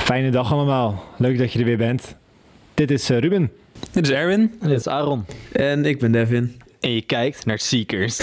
Fijne dag allemaal. Leuk dat je er weer bent. Dit is Ruben. Dit is Erwin. En dit is Aaron. En ik ben Devin. En je kijkt naar Seekers.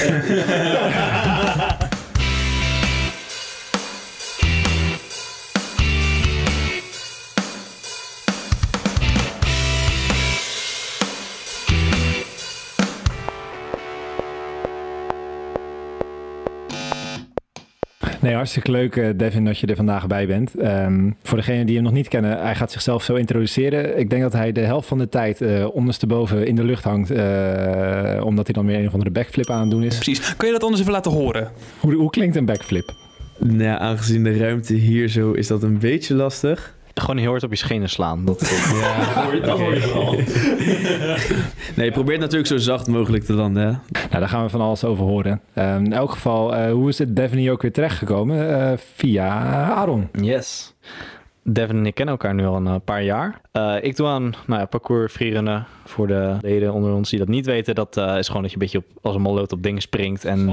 Nee, hartstikke leuk Devin dat je er vandaag bij bent. Voor degenen die hem nog niet kennen, hij gaat zichzelf zo introduceren. Ik denk dat hij de helft van de tijd ondersteboven in de lucht hangt. Omdat hij dan weer een of andere backflip aan het doen is. Precies. Kun je dat anders even laten horen? Hoe klinkt een backflip? Nou ja, aangezien de ruimte hier zo is dat een beetje lastig. Gewoon heel hard op je schenen slaan. Dat hoor je wel. Nee, je probeert natuurlijk zo zacht mogelijk te landen. Hè? Nou, daar gaan we van alles over horen. In elk geval, hoe is het Devin hier ook weer terechtgekomen? Via Aaron. Yes. Devin en ik kennen elkaar nu al een paar jaar. Ik doe aan parcours freerunnen. Voor de leden onder ons die dat niet weten, dat is gewoon dat je een beetje als een malloot op dingen springt. En...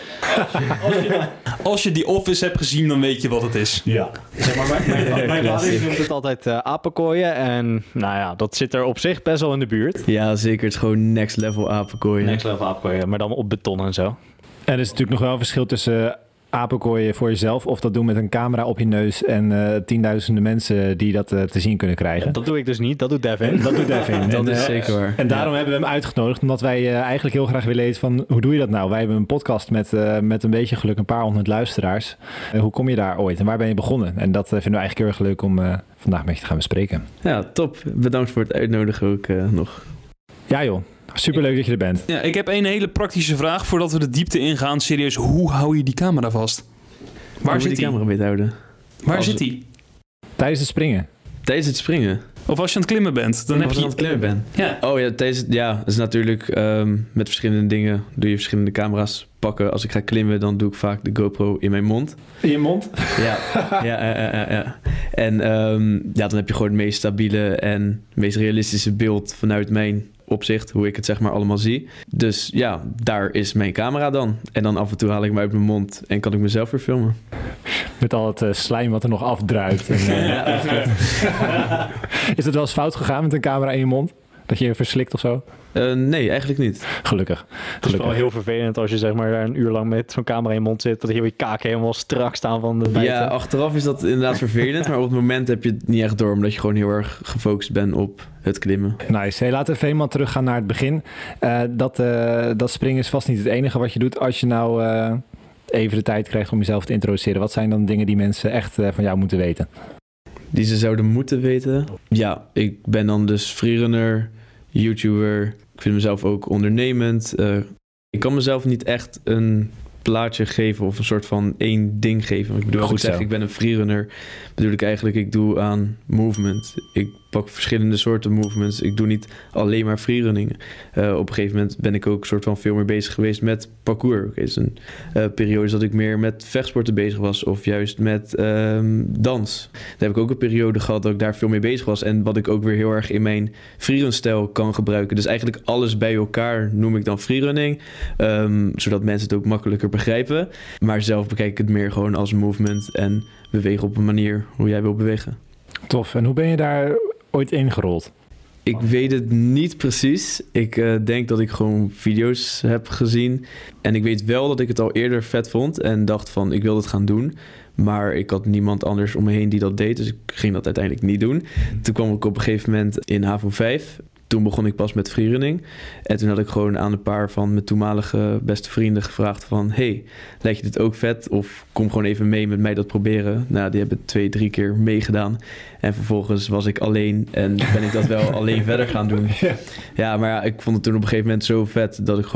Als je die Office hebt gezien, dan weet je wat het is. Ja. Zeg maar, mijn vader noemt het altijd apenkooien. En nou ja, dat zit er op zich best wel in de buurt. Ja, zeker. Het is gewoon next level apenkooien. Next level apenkooien, maar dan op beton en zo. En er is natuurlijk nog wel een verschil tussen apenkooien voor jezelf of dat doen met een camera op je neus en tienduizenden mensen die dat te zien kunnen krijgen. Dat doe ik dus niet, dat doet Devin. Dat doet Devin. Dat is zeker waar. En daarom hebben we hem uitgenodigd, omdat wij eigenlijk heel graag willen weten van hoe doe je dat nou? Wij hebben een podcast met een beetje geluk een paar honderd luisteraars. Hoe kom je daar ooit en waar ben je begonnen? En dat vinden we eigenlijk heel erg leuk om vandaag met je te gaan bespreken. Ja, top. Bedankt voor het uitnodigen ook nog. Ja joh. Superleuk dat je er bent. Ja, ik heb een hele praktische vraag voordat we de diepte ingaan. Serieus, hoe hou je die camera vast? Waar zit die camera beethouden? Waar zit die? Tijdens het springen. Tijdens het springen? Of als je aan het klimmen bent. Dan heb je aan het klimmen ben. Ja. Oh ja, dat is natuurlijk met verschillende dingen doe je verschillende camera's pakken. Als ik ga klimmen, dan doe ik vaak de GoPro in mijn mond. In je mond? Ja. En dan heb je gewoon het meest stabiele en meest realistische beeld vanuit mijn opzicht, hoe ik het zeg maar allemaal zie. Dus ja, daar is mijn camera dan. En dan af en toe haal ik hem uit mijn mond en kan ik mezelf weer filmen. Met al het slijm wat er nog afdruipt. En, Is het wel eens fout gegaan met een camera in je mond? Dat je je verslikt of zo? Nee, eigenlijk niet. Gelukkig. Het is wel heel vervelend als je zeg maar een uur lang met zo'n camera in je mond zit, dat je kaken helemaal strak staan van de bijten. Ja, achteraf is dat inderdaad vervelend, maar op het moment heb je het niet echt door, omdat je gewoon heel erg gefocust bent op het klimmen. Nice. Hey, laten we even helemaal teruggaan naar het begin. Dat springen is vast niet het enige wat je doet. Als je nou even de tijd krijgt om jezelf te introduceren, wat zijn dan dingen die mensen echt van jou moeten weten? Die ze zouden moeten weten? Ja, ik ben dan dus freerunner, YouTuber. Ik vind mezelf ook ondernemend. Ik kan mezelf niet echt een plaatje geven of een soort van één ding geven. Want ik bedoel, als ik zeg ik ben een freerunner, bedoel ik eigenlijk ik doe aan movement. Ik pak verschillende soorten movements. Ik doe niet alleen maar freerunning. Op een gegeven moment ben ik ook soort van veel meer bezig geweest met parcours. Het is een periode dat ik meer met vechtsporten bezig was of juist met dans. Daar heb ik ook een periode gehad dat ik daar veel mee bezig was en wat ik ook weer heel erg in mijn freerun-stijl kan gebruiken. Dus eigenlijk alles bij elkaar noem ik dan freerunning, zodat mensen het ook makkelijker begrijpen. Maar zelf bekijk ik het meer gewoon als movement en bewegen op een manier hoe jij wil bewegen. Tof. En hoe ben je daar ooit ingerold? Ik weet het niet precies. Ik denk dat ik gewoon video's heb gezien. En ik weet wel dat ik het al eerder vet vond en dacht van ik wil het gaan doen. Maar ik had niemand anders om me heen die dat deed, dus ik ging dat uiteindelijk niet doen. Toen kwam ik op een gegeven moment in HAVO 5. Toen begon ik pas met freerunning. En toen had ik gewoon aan een paar van mijn toenmalige beste vrienden gevraagd van hey, lijkt je dit ook vet? Of kom gewoon even mee met mij dat proberen. Nou, die hebben 2-3 keer meegedaan. En vervolgens was ik alleen en ben ik dat wel alleen verder gaan doen. Ja, maar ja, ik vond het toen op een gegeven moment zo vet dat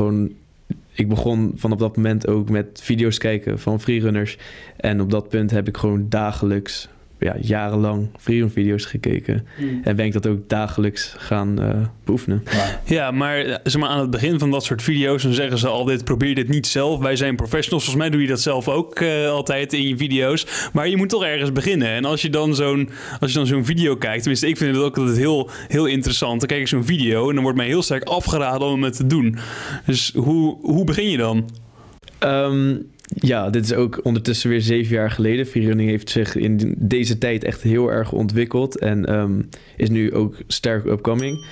ik begon vanaf dat moment ook met video's kijken van freerunners. En op dat punt heb ik gewoon dagelijks jarenlang freerun-video's gekeken. En ben ik dat ook dagelijks gaan beoefenen. Ja, maar zeg maar aan het begin van dat soort video's dan zeggen ze altijd probeer dit niet zelf. Wij zijn professionals. Volgens mij doe je dat zelf ook altijd in je video's. Maar je moet toch ergens beginnen. En als je dan zo'n video kijkt, tenminste ik vind het ook altijd heel interessant. Dan kijk ik zo'n video en dan wordt mij heel sterk afgeraden om het te doen. Dus hoe begin je dan? Ja, dit is ook ondertussen weer 7 jaar geleden. Freerunning heeft zich in deze tijd echt heel erg ontwikkeld en is nu ook sterk upcoming.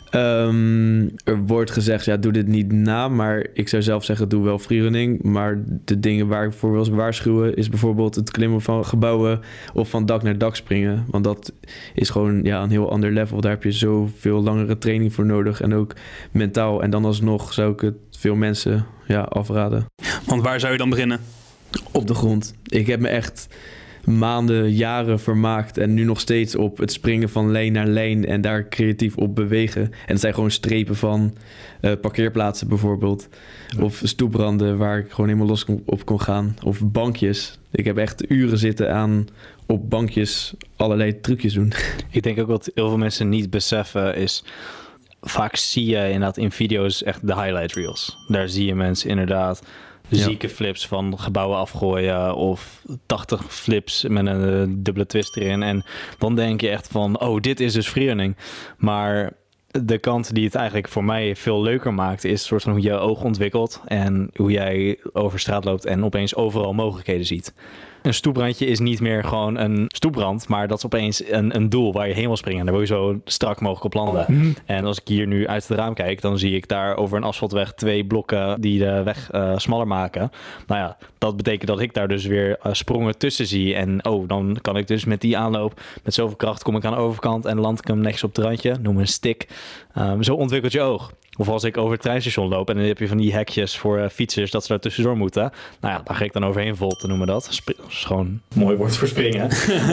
Er wordt gezegd, ja, doe dit niet na, maar ik zou zelf zeggen, doe wel freerunning. Maar de dingen waar ik voor wil waarschuwen is bijvoorbeeld het klimmen van gebouwen of van dak naar dak springen. Want dat is gewoon een heel ander level. Daar heb je zoveel langere training voor nodig en ook mentaal. En dan alsnog zou ik het veel mensen afraden. Want waar zou je dan beginnen? Op de grond. Ik heb me echt maanden, jaren vermaakt en nu nog steeds op het springen van lijn naar lijn en daar creatief op bewegen. En het zijn gewoon strepen van parkeerplaatsen bijvoorbeeld. Of stoepranden waar ik gewoon helemaal los op kon gaan. Of bankjes. Ik heb echt uren zitten aan op bankjes allerlei trucjes doen. Ik denk ook wat heel veel mensen niet beseffen is, vaak zie je inderdaad in video's echt de highlight reels. Daar zie je mensen inderdaad zieke flips van gebouwen afgooien of 80 flips met een dubbele twist erin. En dan denk je echt van, oh, dit is dus freerunning. Maar de kant die het eigenlijk voor mij veel leuker maakt, is soort van hoe je oog ontwikkelt en hoe jij over straat loopt en opeens overal mogelijkheden ziet. Een stoeprandje is niet meer gewoon een stoeprand, maar dat is opeens een doel waar je heen wil springen. En daar wil je zo strak mogelijk op landen. En als ik hier nu uit het raam kijk, dan zie ik daar over een asfaltweg 2 blokken die de weg smaller maken. Nou ja, dat betekent dat ik daar dus weer sprongen tussen zie. En dan kan ik dus met die aanloop, met zoveel kracht kom ik aan de overkant en land ik hem netjes op het randje. Noem een stick. Zo ontwikkelt je oog. Of als ik over het treinstation loop en dan heb je van die hekjes voor fietsers dat ze daar tussendoor moeten. Nou ja, daar ga ik dan overheen volten, noemen we dat. Dat is gewoon een mooi woord voor springen.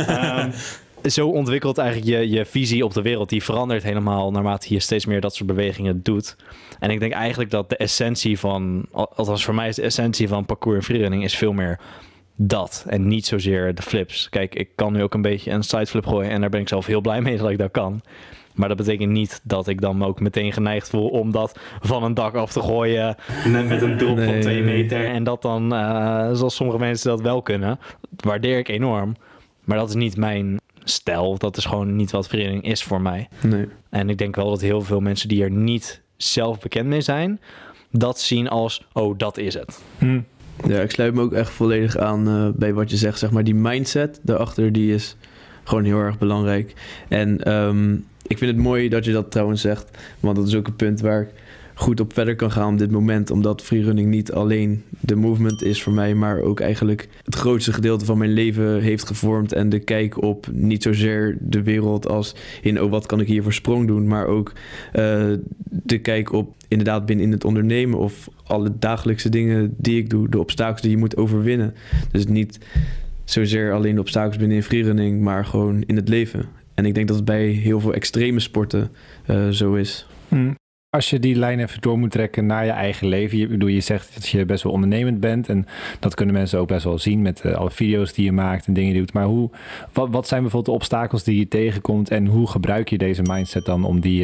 Zo ontwikkelt eigenlijk je visie op de wereld. Die verandert helemaal naarmate je steeds meer dat soort bewegingen doet. En ik denk eigenlijk dat de essentie van, althans voor mij is de essentie van parkour en freerunning is veel meer dat. En niet zozeer de flips. Kijk, ik kan nu ook een beetje een sideflip gooien en daar ben ik zelf heel blij mee dat ik dat kan. Maar dat betekent niet dat ik dan ook meteen geneigd voel om dat van een dak af te gooien met een drop van 2 meter. En dat dan, zoals sommige mensen dat wel kunnen, waardeer ik enorm. Maar dat is niet mijn stijl. Dat is gewoon niet wat freerunning is voor mij. Nee. En ik denk wel dat heel veel mensen die er niet zelf bekend mee zijn, dat zien als, oh, dat is het. Ja, ik sluit me ook echt volledig aan bij wat je zegt. Zeg maar, die mindset daarachter, die is gewoon heel erg belangrijk. En ik vind het mooi dat je dat trouwens zegt. Want dat is ook een punt waar ik goed op verder kan gaan op dit moment. Omdat freerunning niet alleen de movement is voor mij, maar ook eigenlijk het grootste gedeelte van mijn leven heeft gevormd. En de kijk op niet zozeer de wereld als in, wat kan ik hier voor sprong doen? Maar ook de kijk op inderdaad binnen in het ondernemen of alle dagelijkse dingen die ik doe. De obstakels die je moet overwinnen. Dus niet zozeer alleen de obstakels binnen in freerunning, maar gewoon in het leven. En ik denk dat het bij heel veel extreme sporten zo is. Als je die lijn even door moet trekken naar je eigen leven. Je zegt dat je best wel ondernemend bent. En dat kunnen mensen ook best wel zien met alle video's die je maakt en dingen die je doet. Maar wat zijn bijvoorbeeld de obstakels die je tegenkomt? En hoe gebruik je deze mindset dan om die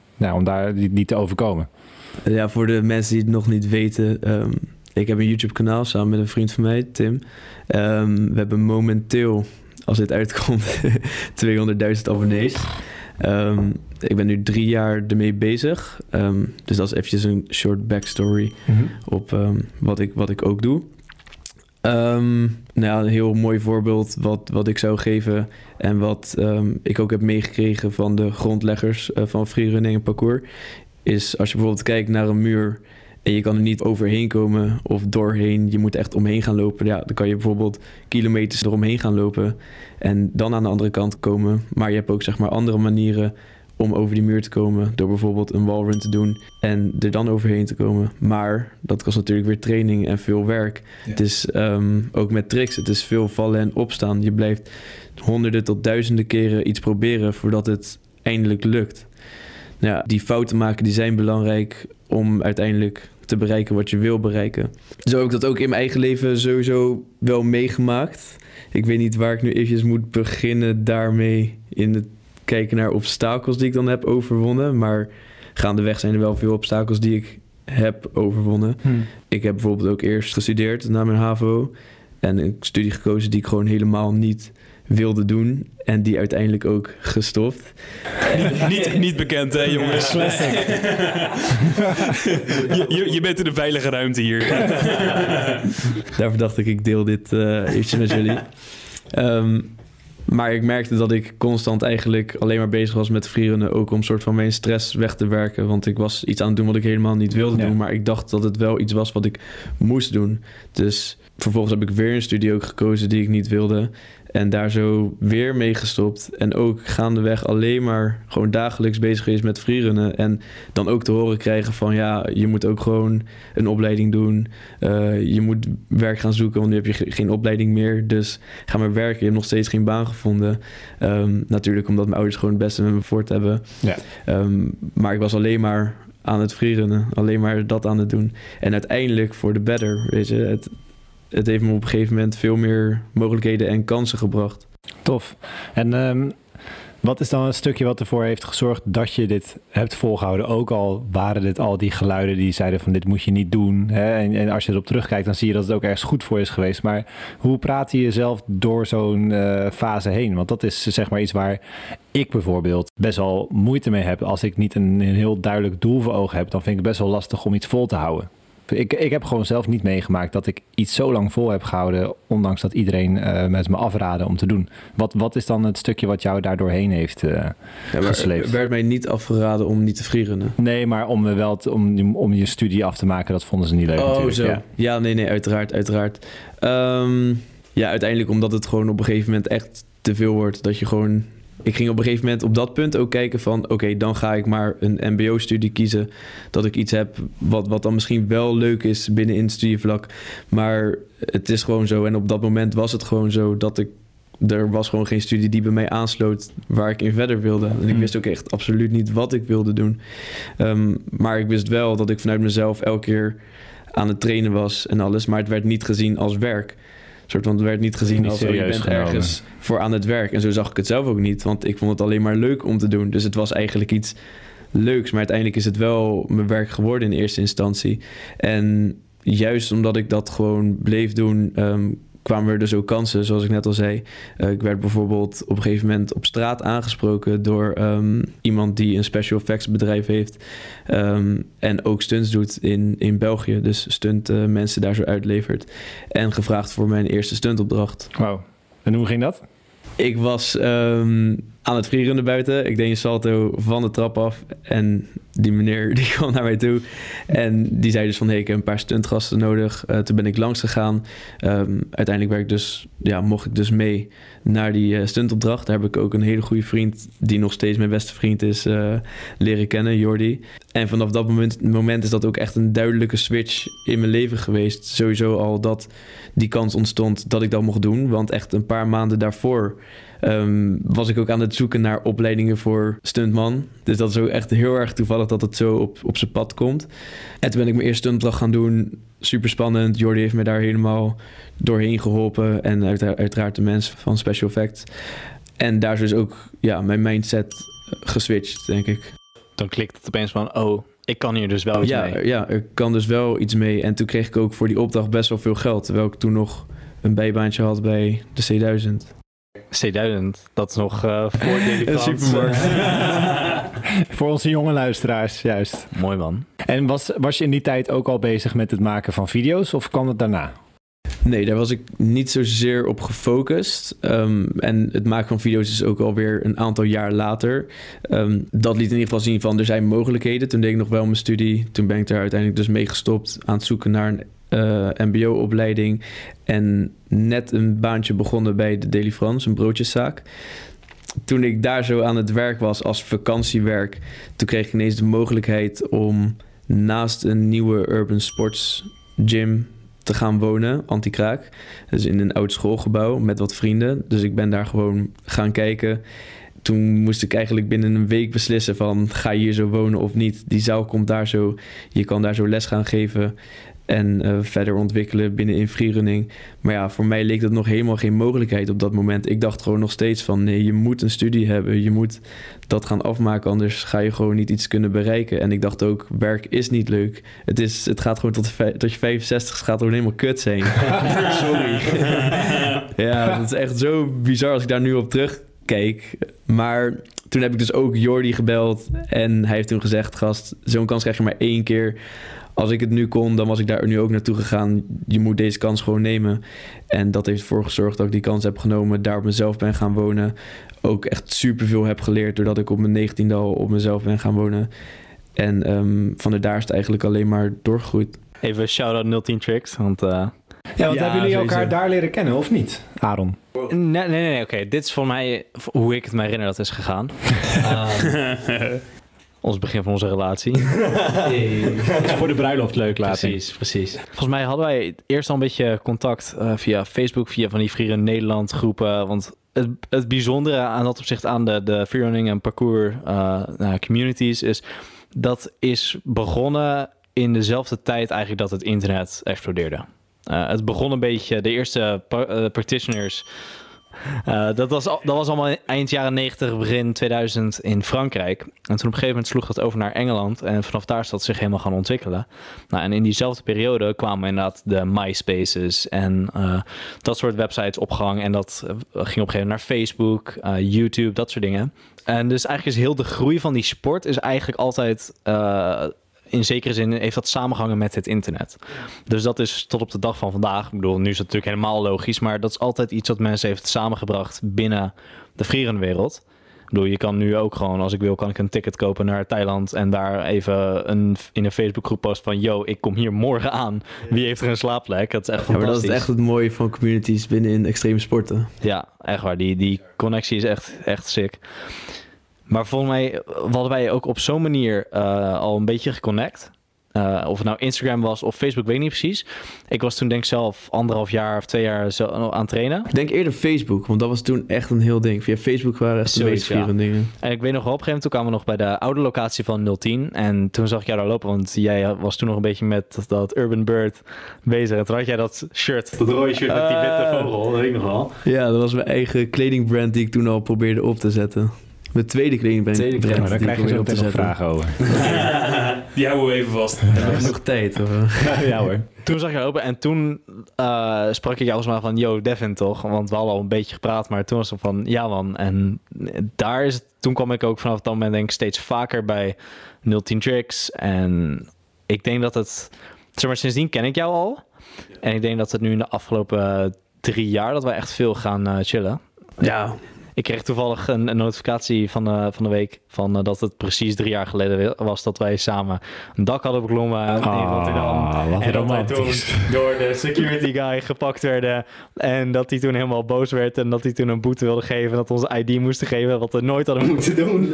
te overkomen? Ja, voor de mensen die het nog niet weten. Ik heb een YouTube kanaal samen met een vriend van mij, Tim. We hebben momenteel, als dit uitkomt, 200.000 abonnees. Ik ben nu 3 jaar ermee bezig. Dus dat is eventjes een short backstory op wat ik ook doe. Een heel mooi voorbeeld wat ik zou geven en wat ik ook heb meegekregen van de grondleggers van freerunning en parkour, is als je bijvoorbeeld kijkt naar een muur en je kan er niet overheen komen of doorheen, je moet echt omheen gaan lopen. Ja, dan kan je bijvoorbeeld kilometers eromheen gaan lopen en dan aan de andere kant komen. Maar je hebt ook zeg maar andere manieren om over die muur te komen, door bijvoorbeeld een wallrun te doen en er dan overheen te komen. Maar dat kost natuurlijk weer training en veel werk. Ja. Het is ook met tricks, het is veel vallen en opstaan. Je blijft honderden tot duizenden keren iets proberen voordat het eindelijk lukt. Ja, die fouten maken die zijn belangrijk om uiteindelijk te bereiken wat je wil bereiken. Zo heb ik dat ook in mijn eigen leven sowieso wel meegemaakt. Ik weet niet waar ik nu eventjes moet beginnen daarmee in het kijken naar obstakels die ik dan heb overwonnen. Maar gaandeweg zijn er wel veel obstakels die ik heb overwonnen. Ik heb bijvoorbeeld ook eerst gestudeerd na mijn HAVO. En een studie gekozen die ik gewoon helemaal niet wilde doen. En die uiteindelijk ook gestopt. Niet bekend, hè, jongens? je bent in een veilige ruimte hier. Daarvoor dacht ik deel dit eventjes met jullie. Maar ik merkte dat ik constant eigenlijk alleen maar bezig was met freerunnen. Ook om soort van mijn stress weg te werken. Want ik was iets aan het doen wat ik helemaal niet wilde doen. Maar ik dacht dat het wel iets was wat ik moest doen. Dus vervolgens heb ik weer een studie ook gekozen die ik niet wilde. En daar zo weer mee gestopt. En ook gaandeweg alleen maar gewoon dagelijks bezig geweest met freerunnen. En dan ook te horen krijgen van ja, je moet ook gewoon een opleiding doen. Je moet werk gaan zoeken, want nu heb je geen opleiding meer. Dus ga maar werken. Je hebt nog steeds geen baan gevonden. Natuurlijk omdat mijn ouders gewoon het beste met me voort hebben. Ja. Maar ik was alleen maar aan het freerunnen. Alleen maar dat aan het doen. En uiteindelijk voor de better, weet je. Het heeft me op een gegeven moment veel meer mogelijkheden en kansen gebracht. Tof. En wat is dan een stukje wat ervoor heeft gezorgd dat je dit hebt volgehouden? Ook al waren dit al die geluiden die zeiden van dit moet je niet doen. Hè? En als je erop terugkijkt, dan zie je dat het ook ergens goed voor is geweest. Maar hoe praat je jezelf door zo'n fase heen? Want dat is zeg maar iets waar ik bijvoorbeeld best wel moeite mee heb. Als ik niet een heel duidelijk doel voor ogen heb, dan vind ik het best wel lastig om iets vol te houden. Ik heb gewoon zelf niet meegemaakt dat ik iets zo lang vol heb gehouden, ondanks dat iedereen met me afraadde om te doen. Wat is dan het stukje wat jou daar doorheen heeft gesleept? Er werd mij niet afgeraden om niet te freerunnen. Nee, maar om je studie af te maken, dat vonden ze niet leuk natuurlijk. Zo. Ja, nee, uiteraard. Ja, uiteindelijk omdat het gewoon op een gegeven moment echt te veel wordt. Dat je gewoon... Ik ging op een gegeven moment op dat punt ook kijken van... Oké, dan ga ik maar een mbo-studie kiezen. Dat ik iets heb wat dan misschien wel leuk is binnen in het studievlak. Maar het is gewoon zo. En op dat moment was het gewoon zo dat er was gewoon geen studie die bij mij aansloot waar ik in verder wilde. En ik wist ook echt absoluut niet wat ik wilde doen. Maar ik wist wel dat ik vanuit mezelf elke keer aan het trainen was en alles. Maar het werd niet gezien als werk. Want het werd niet gezien als je bent ergens voor aan het werk. En zo zag ik het zelf ook niet. Want ik vond het alleen maar leuk om te doen. Dus het was eigenlijk iets leuks. Maar uiteindelijk is het wel mijn werk geworden in eerste instantie. En juist omdat ik dat gewoon bleef doen... kwamen er dus ook kansen, zoals ik net al zei. Ik werd bijvoorbeeld op een gegeven moment op straat aangesproken... door iemand die een special effects bedrijf heeft... en ook stunts doet in België. Dus stunt mensen daar zo uitlevert. En gevraagd voor mijn eerste stuntopdracht. Wauw. En hoe ging dat? Ik was aan het freerunnen buiten. Ik deed een salto van de trap af. En die meneer die kwam naar mij toe. En die zei dus van... Hey, ik heb een paar stuntgasten nodig. Toen ben ik langs gegaan. Uiteindelijk mocht ik dus mee naar die stuntopdracht. Daar heb ik ook een hele goede vriend... die nog steeds mijn beste vriend is... leren kennen, Jordi. En vanaf dat moment is dat ook echt een duidelijke switch in mijn leven geweest. Sowieso al dat die kans ontstond dat ik dat mocht doen. Want echt een paar maanden daarvoor... was ik ook aan het zoeken naar opleidingen voor stuntman. Dus dat is ook echt heel erg toevallig dat het zo op zijn pad komt. En toen ben ik mijn eerste stuntopdracht gaan doen. Super spannend. Jordi heeft me daar helemaal doorheen geholpen. En uiteraard de mensen van Special Effects. En daar is dus ook mijn mindset geswitcht, denk ik. Dan klikt het opeens van, ik kan hier dus wel iets mee. Ja, ik kan dus wel iets mee. En toen kreeg ik ook voor die opdracht best wel veel geld. Terwijl ik toen nog een bijbaantje had bij de C1000. C1000, dat is nog voor de supermarkt. Voor onze jonge luisteraars, juist. Mooi man. En was je in die tijd ook al bezig met het maken van video's of kwam het daarna? Nee, daar was ik niet zozeer op gefocust. En het maken van video's is ook alweer een aantal jaar later. Dat liet in ieder geval zien van er zijn mogelijkheden. Toen deed ik nog wel mijn studie. Toen ben ik daar uiteindelijk dus mee gestopt aan het zoeken naar een mbo-opleiding en net een baantje begonnen bij de Daily France, een broodjeszaak. Toen ik daar zo aan het werk was als vakantiewerk, toen kreeg ik ineens de mogelijkheid om naast een nieuwe urban sports gym te gaan wonen, anti-kraak. Dus in een oud schoolgebouw met wat vrienden. Dus ik ben daar gewoon gaan kijken. Toen moest ik eigenlijk binnen een week beslissen van ga je hier zo wonen of niet. Die zaal komt daar zo, je kan daar zo les gaan geven en verder ontwikkelen binnen in freerunning. Maar ja, voor mij leek dat nog helemaal geen mogelijkheid op dat moment. Ik dacht gewoon nog steeds van nee, je moet een studie hebben. Je moet dat gaan afmaken, anders ga je gewoon niet iets kunnen bereiken. En ik dacht ook, werk is niet leuk. Het gaat gewoon tot je 65 gaat gewoon helemaal kut zijn. Sorry. Ja, dat is echt zo bizar als ik daar nu op terugkeek. Maar toen heb ik dus ook Jordi gebeld. En hij heeft toen gezegd, gast, zo'n kans krijg je maar 1 keer. Als ik het nu kon, dan was ik daar nu ook naartoe gegaan. Je moet deze kans gewoon nemen. En dat heeft ervoor gezorgd dat ik die kans heb genomen. Daar op mezelf ben gaan wonen. Ook echt superveel heb geleerd doordat ik op mijn 19e al op mezelf ben gaan wonen. En van daar is het eigenlijk alleen maar doorgegroeid. Even shout-out 010 Tricks, want... Ja, want hebben jullie elkaar sowieso daar leren kennen, of niet, Aaron? Nee. Oké. Dit is voor mij hoe ik het me herinner dat is gegaan. Ons begin van onze relatie. Het is voor de bruiloft leuk laten. Precies. Volgens mij hadden wij eerst al een beetje contact via Facebook, via van die Freerun Nederland groepen. Want het bijzondere aan dat opzicht aan de freerunning en parcours communities is... Dat is begonnen in dezelfde tijd eigenlijk dat het internet explodeerde. Het begon een beetje, de eerste practitioners... Dat was allemaal eind jaren 90, begin 2000 in Frankrijk. En toen op een gegeven moment sloeg dat over naar Engeland. En vanaf daar is dat zich helemaal gaan ontwikkelen. Nou, en in diezelfde periode kwamen inderdaad de MySpaces en dat soort websites op gang. En dat ging op een gegeven moment naar Facebook, YouTube, dat soort dingen. En dus eigenlijk is heel de groei van die sport is eigenlijk altijd... in zekere zin heeft dat samengehangen met het internet. Dus dat is tot op de dag van vandaag. Ik bedoel, nu is het natuurlijk helemaal logisch, maar dat is altijd iets wat mensen heeft samengebracht binnen de freerunwereld. Ik bedoel, je kan nu ook gewoon, als ik wil, kan ik een ticket kopen naar Thailand en daar even in een Facebookgroep posten van, yo, ik kom hier morgen aan. Wie heeft er een slaapplek? Dat is echt fantastisch. Ja, maar dat is echt het mooie van communities binnen in extreme sporten. Ja, echt waar. Die connectie is echt sick. Maar volgens mij hadden wij ook op zo'n manier al een beetje geconnect. Of het nou Instagram was of Facebook, weet ik niet precies. Ik was toen denk ik zelf 1,5 jaar of 2 jaar zo aan het trainen. Ik denk eerder Facebook, want dat was toen echt een heel ding. Via Facebook waren echt de meest vierende dingen. En ik weet nog wel, op een gegeven moment toen kwamen we nog bij de oude locatie van 010. En toen zag ik jou daar lopen, want jij was toen nog een beetje met dat Urban Bird bezig. En toen had jij dat shirt, dat rode shirt met die witte vogel, dat weet ik nog wel. Ja, dat was mijn eigen kledingbrand die ik toen al probeerde op te zetten. Mijn tweede kledingbrand. Maar daar krijg je zo meteen nog vragen over. Die houden we even vast. Hebben we nog tijd? Ja hoor. Toen zag ik jou lopen en toen sprak ik jou volgens mij van... Yo, Devin toch? Want we hadden al een beetje gepraat, maar toen was het van... Ja man. En daar is het... Toen kwam ik ook vanaf dat moment denk ik steeds vaker bij 010 Tricks. En ik denk dat het... Zeg maar, sindsdien ken ik jou al. En ik denk dat het nu in de afgelopen 3 jaar... dat wij echt veel gaan chillen. Ja. Ik kreeg toevallig een notificatie van de week van dat het precies 3 jaar geleden was dat wij samen een dak hadden beklommen in Rotterdam. Wat en dat wij toen romantisch. door de security guy gepakt werden en dat hij toen helemaal boos werd en dat hij toen een boete wilde geven en dat we onze ID moesten geven, wat we nooit hadden moeten doen.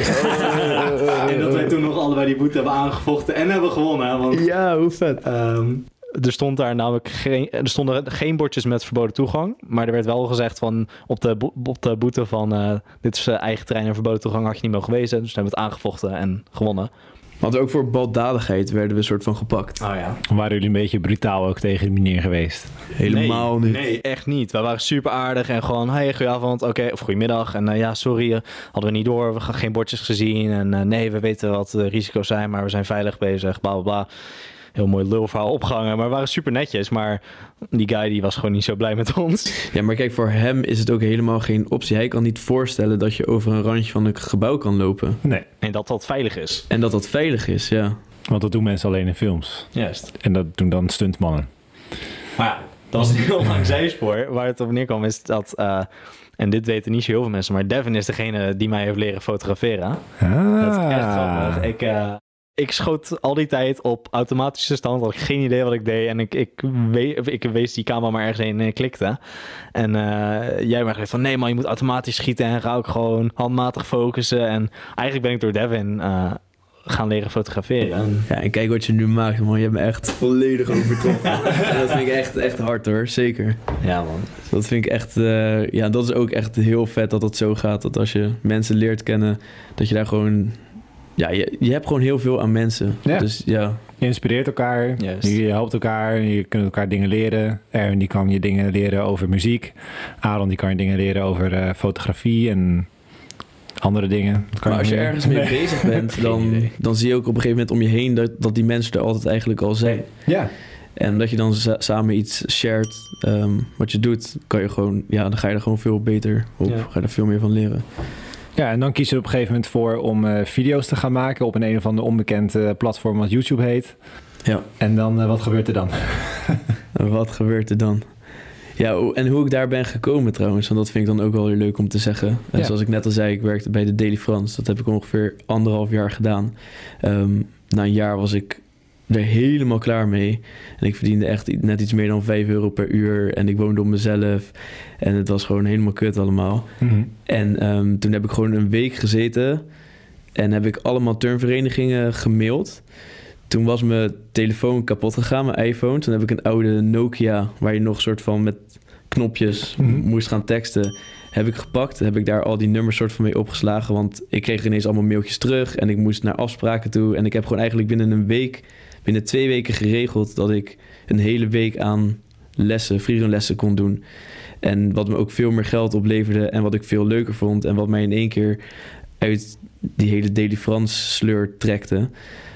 En dat wij toen nog allebei die boete hebben aangevochten en hebben gewonnen. Want, Ja, hoe vet. er stond daar namelijk er stonden geen bordjes met verboden toegang. Maar er werd wel gezegd van op de boete van dit is eigen terrein en verboden toegang had je niet mogen wezen. Dus toen hebben we het aangevochten en gewonnen. Want ook voor baldadigheid werden we een soort van gepakt. Oh ja. Waren jullie een beetje brutaal ook tegen die meneer geweest? Helemaal niet. Nee, echt niet. Wij waren super aardig en gewoon, hey, goedenavond, oké, of goedemiddag. En ja, sorry, hadden we niet door, we gaan geen bordjes gezien. En nee, we weten wat de risico's zijn, maar we zijn veilig bezig, bla bla bla. Heel mooi lulverhaal opgehangen, maar we waren super netjes. Maar die guy die was gewoon niet zo blij met ons. Ja, maar kijk, voor hem is het ook helemaal geen optie. Hij kan niet voorstellen dat je over een randje van een gebouw kan lopen. Nee, En dat veilig is. En dat dat veilig is, ja. want dat doen mensen alleen in films. Juist. En dat doen dan stuntmannen. Maar ja, dat was een heel lang zijspoor. Waar het op neerkwam is dat... en dit weten niet zo heel veel mensen, maar Devin is degene die mij heeft leren fotograferen. Dat is echt grappig. Ik schoot al die tijd op automatische stand. Had ik geen idee wat ik deed. En ik wees die camera maar ergens heen en klikte. En jij maar gezegd van... Nee man, je moet automatisch schieten. En ga ook gewoon handmatig focussen. En eigenlijk ben ik door Devin gaan leren fotograferen. Ja, en kijk wat je nu maakt, man. Je hebt me echt volledig overtroffen. En dat vind ik echt hard, hoor. Zeker. Ja man. Dat vind ik echt... ja, dat is ook echt heel vet dat het zo gaat. Dat als je mensen leert kennen, dat je daar gewoon... Ja, je hebt gewoon heel veel aan mensen. Ja. Dus ja. Je inspireert elkaar, Juist. je helpt elkaar, je kunt elkaar dingen leren. Erwin die kan je dingen leren over muziek. Aaron die kan je dingen leren over fotografie en andere dingen. Dat kan Maar als je meer. ergens mee bezig bent, dan zie je ook op een gegeven moment om je heen dat die mensen er altijd eigenlijk al zijn. Ja. En omdat je dan samen iets shared, wat je doet, kan je gewoon, dan ga je er gewoon veel beter op. Ga je er veel meer van leren. Ja, en dan kies je er op een gegeven moment voor om video's te gaan maken op een of ander onbekend platform wat YouTube heet. Ja. En dan, wat gebeurt er dan? Wat gebeurt er dan? Ja, en hoe ik daar ben gekomen trouwens, want dat vind ik dan ook wel weer leuk om te zeggen. En zoals ik net al zei, ik werkte bij de Daily France. Dat heb ik ongeveer 1,5 jaar gedaan. Na een jaar was ik er helemaal klaar mee. En ik verdiende echt net iets meer dan €5 per uur. En ik woonde op mezelf. En het was gewoon helemaal kut allemaal. Mm-hmm. En toen heb ik gewoon een week gezeten. En heb ik allemaal turnverenigingen gemaild. Toen was mijn telefoon kapot gegaan, mijn iPhone. Toen heb ik een oude Nokia, waar je nog soort van met knopjes moest gaan teksten, heb ik gepakt. Heb ik daar al die nummers soort van mee opgeslagen. Want ik kreeg ineens allemaal mailtjes terug. En ik moest naar afspraken toe. En ik heb gewoon eigenlijk binnen 2 weken geregeld dat ik een hele week aan freerunlessen kon doen. En wat me ook veel meer geld opleverde en wat ik veel leuker vond. En wat mij in één keer uit die hele Daily France sleur trekte.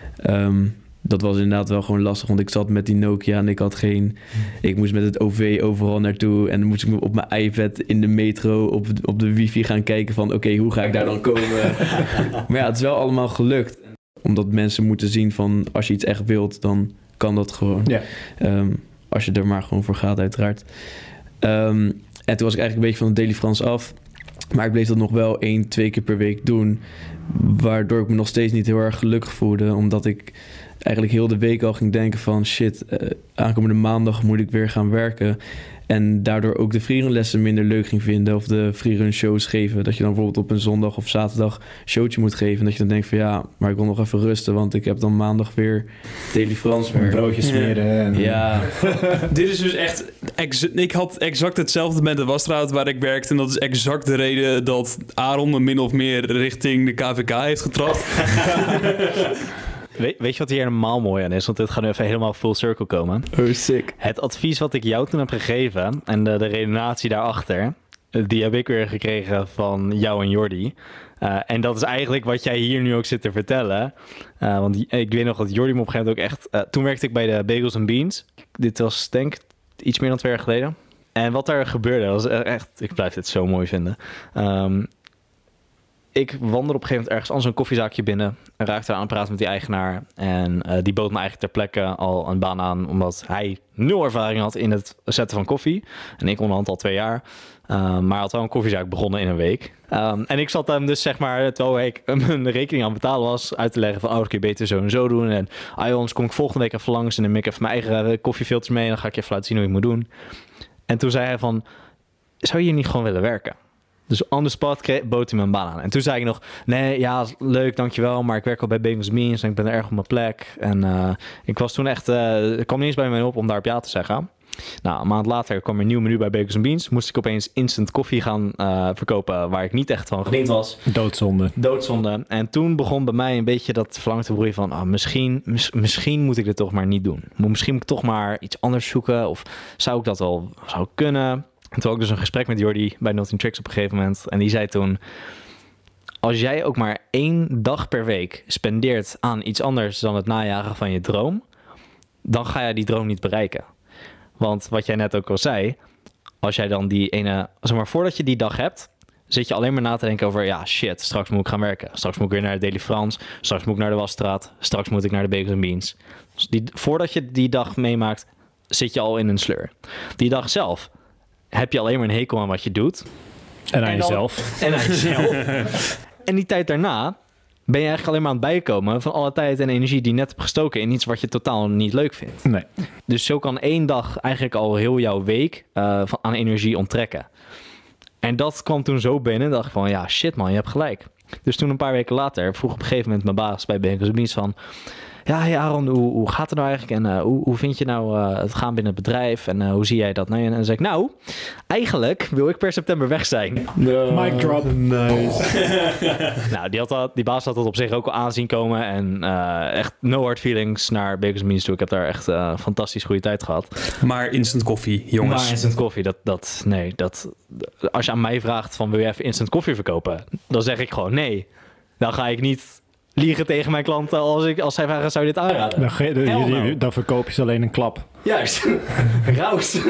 Dat was inderdaad wel gewoon lastig, want ik zat met die Nokia en ik moest met het OV overal naartoe en dan moest ik op mijn iPad in de metro op de wifi gaan kijken van oké, hoe ga ik daar dan komen? Maar ja, het is wel allemaal gelukt. Omdat mensen moeten zien van als je iets echt wilt, dan kan dat gewoon. Ja. Als je er maar gewoon voor gaat, uiteraard. En toen was ik eigenlijk een beetje van de Daily France af. Maar ik bleef dat nog wel 1-2 keer per week doen. Waardoor ik me nog steeds niet heel erg gelukkig voelde. Omdat ik eigenlijk heel de week al ging denken van shit, aankomende maandag moet ik weer gaan werken. En daardoor ook de freerunlessen minder leuk ging vinden. Of de freerun shows geven. Dat je dan bijvoorbeeld op een zondag of zaterdag een showtje moet geven. En dat je dan denkt van ja, maar ik wil nog even rusten. Want ik heb dan maandag weer Daily France werk. Broodjes smeren. En... Ja. Dit is dus echt... Ik had exact hetzelfde met de wasstraat waar ik werkte. En dat is exact de reden dat Aaron me min of meer richting de KVK heeft getrapt. Weet je wat hier helemaal mooi aan is? Want dit gaat nu even helemaal full circle komen. Oh, sick. Het advies wat ik jou toen heb gegeven en de redenatie daarachter, die heb ik weer gekregen van jou en Jordi. En dat is eigenlijk wat jij hier nu ook zit te vertellen. Want ik weet nog dat Jordi me op een gegeven moment ook echt... toen werkte ik bij de Bagels & Beans. Dit was denk ik iets meer dan 2 jaar geleden. En wat daar gebeurde was echt... Ik blijf dit zo mooi vinden. Ik wandelde op een gegeven moment ergens aan zo'n koffiezaakje binnen en raakte aan het praten met die eigenaar. En die bood me eigenlijk ter plekke al een baan aan, omdat hij 0 ervaring had in het zetten van koffie. En ik onderhand al 2 jaar. Maar had wel een koffiezaak begonnen in een week. En ik zat hem dus zeg maar, terwijl ik mijn rekening aan het betalen was, uit te leggen van, dat kun je beter zo en zo doen. En anders kom ik volgende week even langs en dan neem ik even mijn eigen koffiefilters mee en dan ga ik je even laten zien hoe je het moet doen. En toen zei hij van, zou je hier niet gewoon willen werken? Dus on the spot bood hij me een baan aan. En toen zei ik nog, nee, ja, leuk, dankjewel. Maar ik werk al bij Bagels & Beans en ik ben er erg op mijn plek. En ik was toen echt... ik kwam niet eens bij mij op om daarop ja te zeggen. Nou, een maand later kwam er een nieuw menu bij Bagels & Beans. Moest ik opeens instant koffie gaan verkopen waar ik niet echt van gediend was. Doodzonde. En toen begon bij mij een beetje dat verlangen te broeien van... misschien moet ik dit toch maar niet doen. Misschien moet ik toch maar iets anders zoeken. Of zou ik dat wel kunnen... En toen had ik dus een gesprek met Jordi bij Nothing Tricks op een gegeven moment. En die zei toen, als jij ook maar 1 dag per week spendeert aan iets anders dan het najagen van je droom, dan ga je die droom niet bereiken. Want wat jij net ook al zei, als jij dan die ene, zeg maar voordat je die dag hebt, zit je alleen maar na te denken over, ja shit, straks moet ik gaan werken. Straks moet ik weer naar de Daily France, straks moet ik naar de wasstraat, straks moet ik naar de Bagels & Beans. Dus voordat je die dag meemaakt, zit je al in een sleur. Die dag zelf heb je alleen maar een hekel aan wat je doet. En aan jezelf. En die tijd daarna ben je eigenlijk alleen maar aan het bijkomen van alle tijd en energie die je net hebt gestoken in iets wat je totaal niet leuk vindt. Nee. Dus zo kan 1 dag eigenlijk al heel jouw week aan energie onttrekken. En dat kwam toen zo binnen en dacht ik van, ja shit man, je hebt gelijk. Dus toen een paar weken later vroeg op een gegeven moment mijn baas bij Bagels & Beans van... Ja, hey Aaron, hoe gaat het nou eigenlijk? En hoe vind je nou het gaan binnen het bedrijf? En hoe zie jij dat? En dan zei ik, eigenlijk wil ik per september weg zijn. Mic drop. Nice. Nou, die baas had dat op zich ook al aanzien komen. En echt no hard feelings naar Bagels & Beans toe. Ik heb daar echt fantastisch goede tijd gehad. Maar instant koffie, jongens. Maar instant koffie, als je aan mij vraagt van wil je even instant koffie verkopen? Dan zeg ik gewoon nee. Dan ga ik niet liegen tegen mijn klanten als zij vragen, zou je dit aanraden? Dan verkoop je ze alleen een klap. Juist. Raus.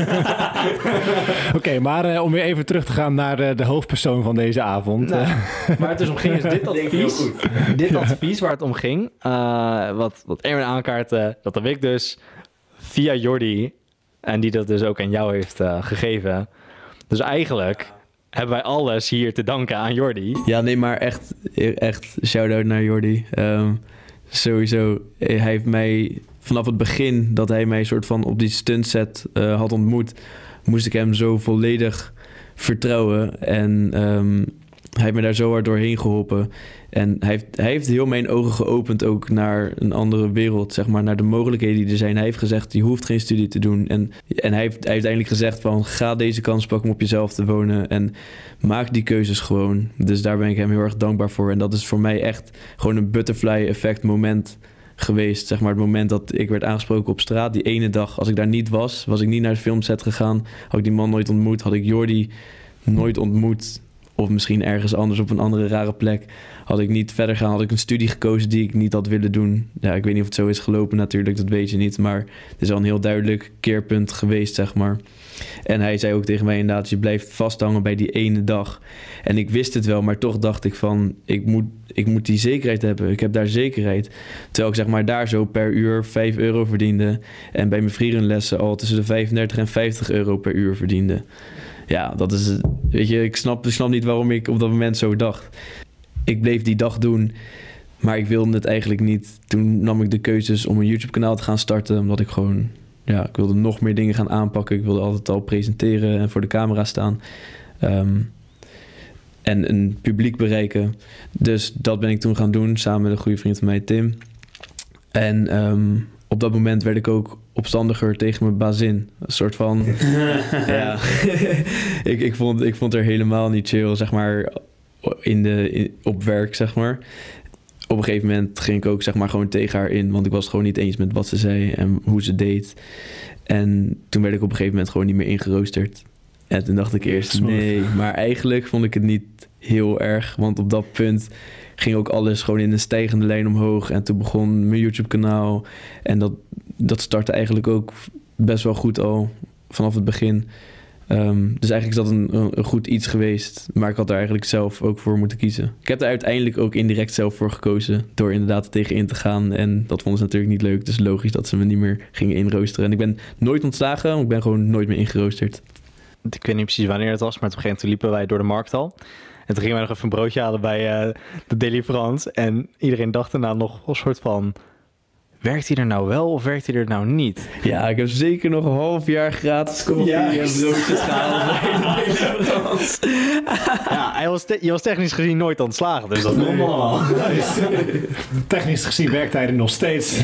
Oké, maar om weer even terug te gaan naar de hoofdpersoon van deze avond. Nou, waar het dus om ging is dit advies. Dit advies waar het om ging. Wat Erwin aankaartte, dat heb ik dus via Jordi. En die dat dus ook aan jou heeft gegeven. Dus eigenlijk hebben wij alles hier te danken aan Jordi. Ja, nee, maar echt shout-out naar Jordi. Sowieso, hij heeft mij vanaf het begin dat hij mij soort van op die stuntset had ontmoet, moest ik hem zo volledig vertrouwen. En hij heeft me daar zo hard doorheen geholpen. En hij heeft heel mijn ogen geopend ook naar een andere wereld, zeg maar, naar de mogelijkheden die er zijn. Hij heeft gezegd, je hoeft geen studie te doen. En hij heeft uiteindelijk gezegd van, ga deze kans pakken om op jezelf te wonen en maak die keuzes gewoon. Dus daar ben ik hem heel erg dankbaar voor. En dat is voor mij echt gewoon een butterfly effect moment geweest. Zeg maar het moment dat ik werd aangesproken op straat. Die ene dag, als ik daar niet was ik niet naar de filmset gegaan. Had ik die man nooit ontmoet. Had ik Jordi nooit ontmoet. Of misschien ergens anders op een andere rare plek. Had ik niet verder gaan, had ik een studie gekozen die ik niet had willen doen. Ja, ik weet niet of het zo is gelopen natuurlijk, dat weet je niet. Maar het is al een heel duidelijk keerpunt geweest, zeg maar. En hij zei ook tegen mij inderdaad, je blijft vasthangen bij die ene dag. En ik wist het wel, maar toch dacht ik van, ik moet die zekerheid hebben. Ik heb daar zekerheid. Terwijl ik zeg maar daar zo per uur 5 euro verdiende. En bij mijn freeranlessen al tussen de 35 en 50 euro per uur verdiende. Ja, dat is, weet je, ik snap niet waarom ik op dat moment zo dacht. Ik bleef die dag doen, maar ik wilde het eigenlijk niet. Toen nam ik de keuzes om een YouTube-kanaal te gaan starten, omdat ik gewoon, ja, ik wilde nog meer dingen gaan aanpakken. Ik wilde altijd al presenteren en voor de camera staan. En een publiek bereiken. Dus dat ben ik toen gaan doen, samen met een goede vriend van mij, Tim. En op dat moment werd ik ook opstandiger tegen mijn bazin. Een soort van, ja, ik vond er helemaal niet chill, zeg maar, op werk, zeg maar. Op een gegeven moment ging ik ook, zeg maar, gewoon tegen haar in, want ik was het gewoon niet eens met wat ze zei en hoe ze deed. En toen werd ik op een gegeven moment gewoon niet meer ingeroosterd. En toen dacht ik eerst, nee, maar eigenlijk vond ik het niet heel erg, want op dat punt ging ook alles gewoon in een stijgende lijn omhoog. En toen begon mijn YouTube-kanaal. En dat startte eigenlijk ook best wel goed al vanaf het begin. Dus eigenlijk is dat een goed iets geweest. Maar ik had er eigenlijk zelf ook voor moeten kiezen. Ik heb er uiteindelijk ook indirect zelf voor gekozen. Door inderdaad er tegenin te gaan. En dat vonden ze natuurlijk niet leuk. Dus logisch dat ze me niet meer gingen inroosteren. En ik ben nooit ontslagen. Want ik ben gewoon nooit meer ingeroosterd. Ik weet niet precies wanneer het was. Maar op een gegeven moment liepen wij door de markt al. En toen gingen wij nog even een broodje halen bij de Deliverance. En iedereen dacht daarna nog een soort van, werkt hij er nou wel of werkt hij er nou niet? Ja, ik heb zeker nog een half jaar gratis koffie en broodjes gehaald bij de Deliverance. Ja, je was technisch gezien nooit ontslagen, dus dat is allemaal. Technisch gezien werkt hij er nog steeds.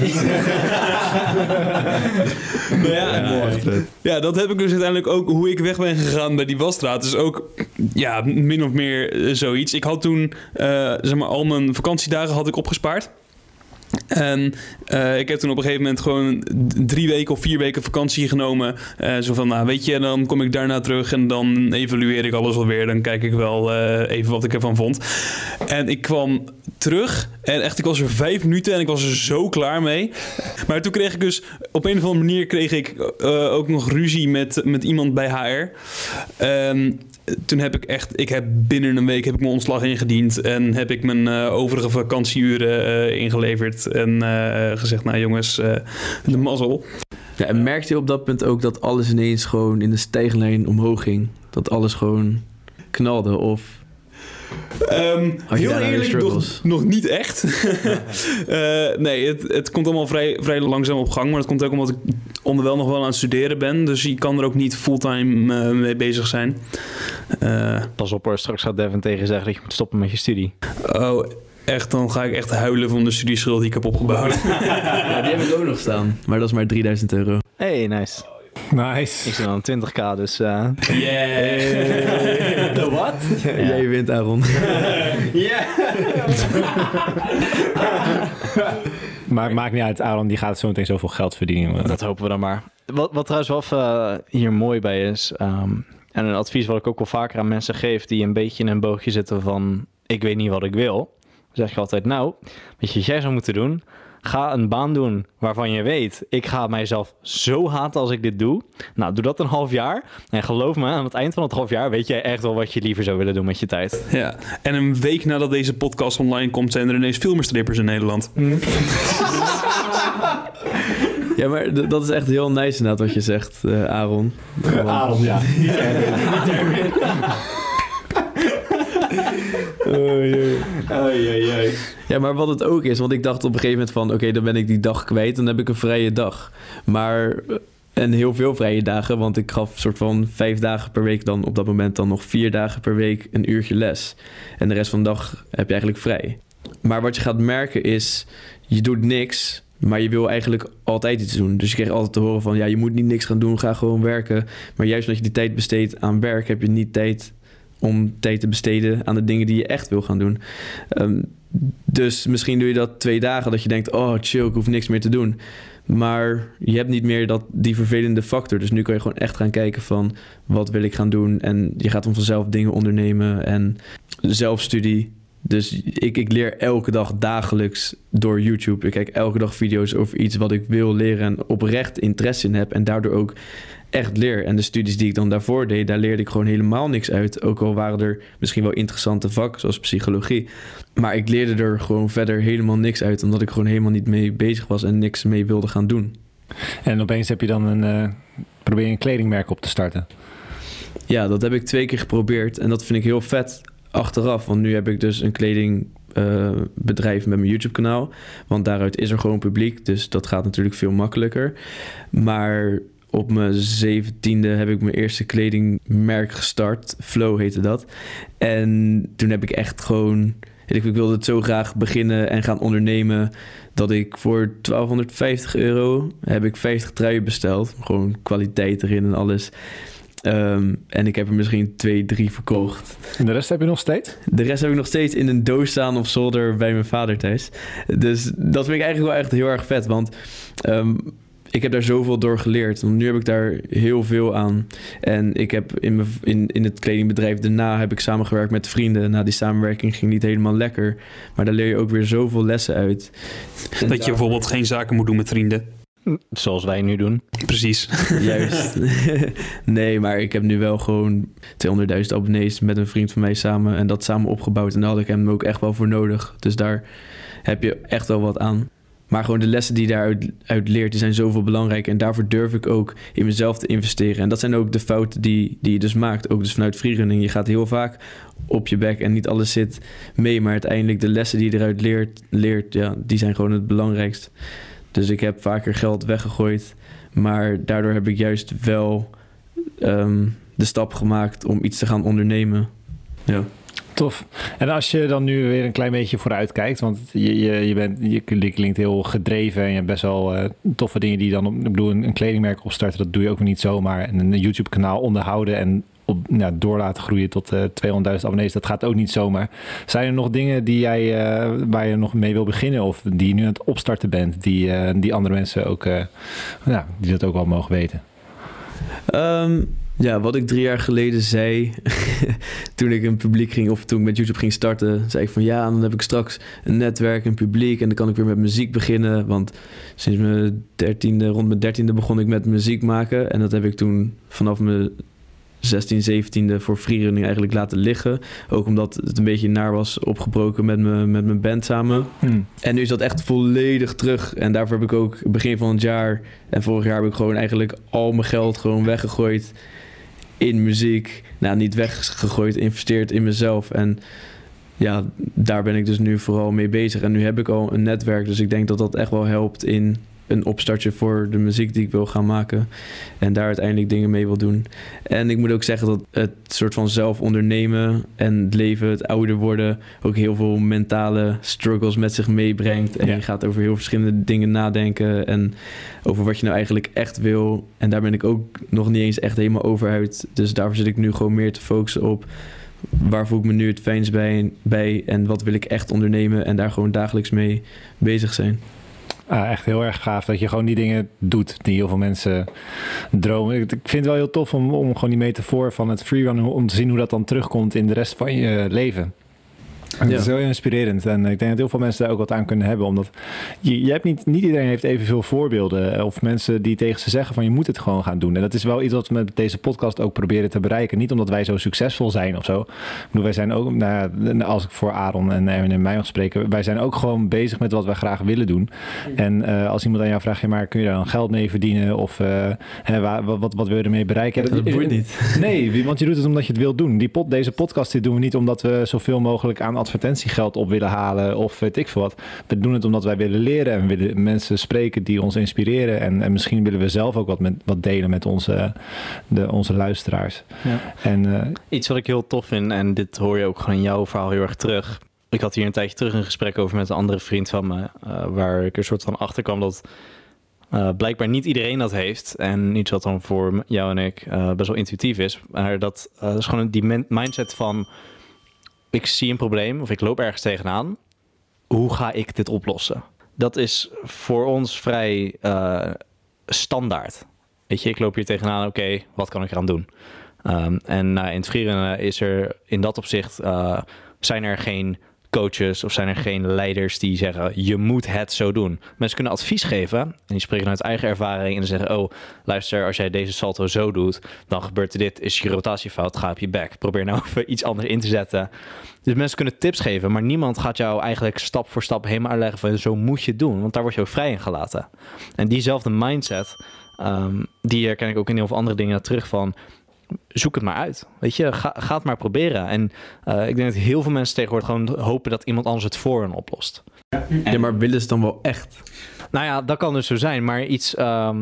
Ja, dat heb ik dus uiteindelijk ook, hoe ik weg ben gegaan bij die wasstraat. Dus ook, ja, min of meer zoiets. Ik had toen, zeg maar, al mijn vakantiedagen had ik opgespaard. En ik heb toen op een gegeven moment gewoon 3 weken of 4 weken vakantie genomen. Zo van, nou weet je, dan kom ik daarna terug en dan evalueer ik alles alweer. Dan kijk ik wel even wat ik ervan vond. En ik kwam terug en echt, ik was er 5 minuten en ik was er zo klaar mee. Maar toen kreeg ik dus, op een of andere manier kreeg ik ook nog ruzie met iemand bij HR. Toen heb ik heb binnen een week heb ik mijn ontslag ingediend en heb ik mijn overige vakantieuren ingeleverd en gezegd, nou jongens, de mazzel. Ja, en merkte je op dat punt ook dat alles ineens gewoon in de stijgenlijn omhoog ging? Dat alles gewoon knalde of... Heel eerlijk, nog niet echt. Nee, het komt allemaal vrij langzaam op gang. Maar dat komt ook omdat ik onderwijl nog wel aan het studeren ben. Dus je kan er ook niet fulltime mee bezig zijn. Pas op hoor, straks gaat Devin tegen je zeggen dat je moet stoppen met je studie. Oh, echt, dan ga ik echt huilen van de studieschuld die ik heb opgebouwd. Ja, die heb ik ook nog staan. Maar dat is maar €3000. Hey, nice. Nice. Ik zit aan 20k, dus... Yeah! De wat? Ja. Jij wint, Aaron. Ja! Maar het maakt niet uit, Aaron die gaat zo meteen zoveel geld verdienen. Dat hopen we dan maar. Wat trouwens wel even hier mooi bij is... en een advies wat ik ook wel vaker aan mensen geef... die een beetje in een boogje zitten van... ik weet niet wat ik wil. zeg ik altijd, nou, weet je wat jij zou moeten doen? Ga een baan doen waarvan je weet, ik ga mijzelf zo haten als ik dit doe. Nou, doe dat een half jaar. En geloof me, aan het eind van het half jaar weet jij echt wel wat je liever zou willen doen met je tijd. Ja, en een week nadat deze podcast online komt, zijn er ineens veel meer strippers in Nederland. Ja, maar dat is echt heel nice inderdaad wat je zegt, Aaron. Aaron, ja. Ja, maar wat het ook is, want ik dacht op een gegeven moment van, oké, dan ben ik die dag kwijt, dan heb ik een vrije dag. Maar, en heel veel vrije dagen, want ik gaf soort van 5 dagen per week dan op dat moment dan nog 4 dagen per week een uurtje les. En de rest van de dag heb je eigenlijk vrij. Maar wat je gaat merken is, je doet niks, maar je wil eigenlijk altijd iets doen. Dus je krijgt altijd te horen van, ja, je moet niet niks gaan doen, ga gewoon werken. Maar juist omdat je die tijd besteedt aan werk, heb je niet tijd om tijd te besteden aan de dingen die je echt wil gaan doen. Dus misschien doe je dat 2 dagen dat je denkt, oh chill, ik hoef niks meer te doen. Maar je hebt niet meer die vervelende factor. Dus nu kan je gewoon echt gaan kijken van, wat wil ik gaan doen? En je gaat dan vanzelf dingen ondernemen en zelfstudie. Dus ik leer elke dag dagelijks door YouTube. Ik kijk elke dag video's over iets wat ik wil leren en oprecht interesse in heb en daardoor ook echt leer. En de studies die ik dan daarvoor deed, daar leerde ik gewoon helemaal niks uit. Ook al waren er misschien wel interessante vakken, zoals psychologie. Maar ik leerde er gewoon verder helemaal niks uit, omdat ik gewoon helemaal niet mee bezig was en niks mee wilde gaan doen. En opeens heb je dan probeer je een kledingmerk op te starten. Ja, dat heb ik 2 keer geprobeerd en dat vind ik heel vet achteraf. Want nu heb ik dus een kledingbedrijf met mijn YouTube-kanaal. Want daaruit is er gewoon publiek, dus dat gaat natuurlijk veel makkelijker. Maar op mijn 17e heb ik mijn eerste kledingmerk gestart. Flow heette dat. En toen heb ik echt gewoon, ik wilde het zo graag beginnen en gaan ondernemen, dat ik voor €1250 heb ik 50 truien besteld. Gewoon kwaliteit erin en alles. En ik heb er misschien 2, 3 verkocht. En de rest heb je nog steeds? De rest heb ik nog steeds in een doos staan op zolder bij mijn vader thuis. Dus dat vind ik eigenlijk wel echt heel erg vet. Want ik heb daar zoveel door geleerd. Want nu heb ik daar heel veel aan. En ik heb in het kledingbedrijf daarna heb ik samengewerkt met vrienden. Nou, die samenwerking ging niet helemaal lekker. Maar daar leer je ook weer zoveel lessen uit. Dat je bijvoorbeeld geen zaken moet doen met vrienden. Zoals wij nu doen. Precies. Juist. Nee, maar ik heb nu wel gewoon 200.000 abonnees met een vriend van mij samen. En dat samen opgebouwd. En daar had ik hem ook echt wel voor nodig. Dus daar heb je echt wel wat aan. Maar gewoon de lessen die je daaruit leert, die zijn zoveel belangrijk. En daarvoor durf ik ook in mezelf te investeren. En dat zijn ook de fouten die je dus maakt. Ook dus vanuit freerunning. Je gaat heel vaak op je bek en niet alles zit mee. Maar uiteindelijk de lessen die je eruit leert, ja, die zijn gewoon het belangrijkst. Dus ik heb vaker geld weggegooid. Maar daardoor heb ik juist wel de stap gemaakt om iets te gaan ondernemen. Ja. Tof. En als je dan nu weer een klein beetje vooruit kijkt, want je klinkt heel gedreven en je hebt best wel toffe dingen die dan, ik bedoel, een kledingmerk opstarten, dat doe je ook niet zomaar. En een YouTube-kanaal onderhouden en door laten groeien tot 200.000 abonnees, dat gaat ook niet zomaar. Zijn er nog dingen die waar je nog mee wil beginnen of die je nu aan het opstarten bent, die andere mensen ook, die dat ook wel mogen weten? Ja, wat ik 3 jaar geleden zei, toen ik een publiek ging, of toen ik met YouTube ging starten, zei ik van ja, dan heb ik straks een netwerk, een publiek en dan kan ik weer met muziek beginnen. Want sinds rond mijn 13e begon ik met muziek maken en dat heb ik toen vanaf mijn 16, 17e voor freerunning eigenlijk laten liggen. Ook omdat het een beetje naar was opgebroken met mijn band samen. En nu is dat echt volledig terug. En daarvoor heb ik ook begin van het jaar en vorig jaar heb ik gewoon eigenlijk al mijn geld gewoon weggegooid in muziek. Nou, niet weggegooid, investeerd in mezelf. En ja, daar ben ik dus nu vooral mee bezig. En nu heb ik al een netwerk, dus ik denk dat dat echt wel helpt in een opstartje voor de muziek die ik wil gaan maken. En daar uiteindelijk dingen mee wil doen. En ik moet ook zeggen dat het soort van zelf ondernemen en het leven, het ouder worden, ook heel veel mentale struggles met zich meebrengt. En je gaat over heel verschillende dingen nadenken en over wat je nou eigenlijk echt wil. En daar ben ik ook nog niet eens echt helemaal over uit. Dus daarvoor zit ik nu gewoon meer te focussen op waar voel ik me nu het fijnst bij en wat wil ik echt ondernemen en daar gewoon dagelijks mee bezig zijn. Echt heel erg gaaf dat je gewoon die dingen doet die heel veel mensen dromen. Ik vind het wel heel tof om gewoon die metafoor van het freerunnen, om te zien hoe dat dan terugkomt in de rest van je leven. Het is heel inspirerend en ik denk dat heel veel mensen daar ook wat aan kunnen hebben, omdat je hebt niet iedereen heeft evenveel voorbeelden of mensen die tegen ze zeggen van je moet het gewoon gaan doen. En dat is wel iets wat we met deze podcast ook proberen te bereiken. Niet omdat wij zo succesvol zijn of zo. Ik bedoel, wij zijn ook, als ik voor Aaron en Erwin en mij mag spreken, wij zijn ook gewoon bezig met wat wij graag willen doen. En als iemand aan jou vraagt, maar kun je daar dan geld mee verdienen of wat wil je ermee bereiken? Dat boeit niet. Nee, want je doet het omdat je het wilt doen. Deze podcast dit doen we niet omdat we zoveel mogelijk aan advertentiegeld op willen halen of weet ik veel wat. We doen het omdat wij willen leren en we willen mensen spreken die ons inspireren en misschien willen we zelf ook wat delen met onze luisteraars. Ja. En, iets wat ik heel tof vind, en dit hoor je ook gewoon in jouw verhaal heel erg terug. Ik had hier een tijdje terug een gesprek over met een andere vriend van me, waar ik er soort van achter kwam dat blijkbaar niet iedereen dat heeft. En iets wat dan voor jou en ik best wel intuïtief is. Maar dat is gewoon die mindset van ik zie een probleem of ik loop ergens tegenaan. Hoe ga ik dit oplossen? Dat is voor ons vrij standaard. Weet je, ik loop hier tegenaan, oké, wat kan ik eraan doen? En in het freerunnen is er in dat opzicht zijn er geen coaches of zijn er geen leiders die zeggen je moet het zo doen. Mensen kunnen advies geven en die spreken uit eigen ervaring en zeggen oh, luister, als jij deze salto zo doet, dan gebeurt er dit, is je rotatiefout, ga op je bek. Probeer nou even iets anders in te zetten. Dus mensen kunnen tips geven, maar niemand gaat jou eigenlijk stap voor stap helemaal uitleggen van zo moet je het doen, want daar word je ook vrij in gelaten. En diezelfde mindset, die herken ik ook in heel veel andere dingen terug van zoek het maar uit. Weet je, ga het maar proberen. En ik denk dat heel veel mensen tegenwoordig gewoon hopen dat iemand anders het voor hen oplost. Ja, maar willen ze dan wel echt? Nou ja, dat kan dus zo zijn. Maar iets...